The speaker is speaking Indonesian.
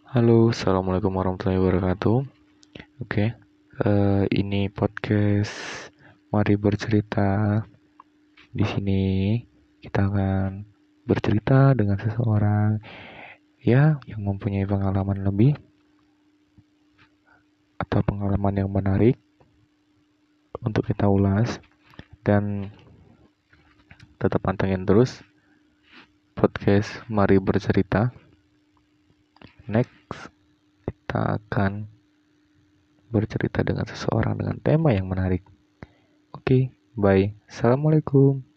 Halo, assalamualaikum warahmatullahi wabarakatuh. Oke, ini podcast. Mari bercerita. Di sini kita akan bercerita dengan seseorang ya yang mempunyai pengalaman lebih atau pengalaman yang menarik untuk kita ulas, dan tetap pantengin terus podcast Mari Bercerita. Next, kita akan bercerita dengan seseorang dengan tema yang menarik. Oke, bye. Assalamualaikum.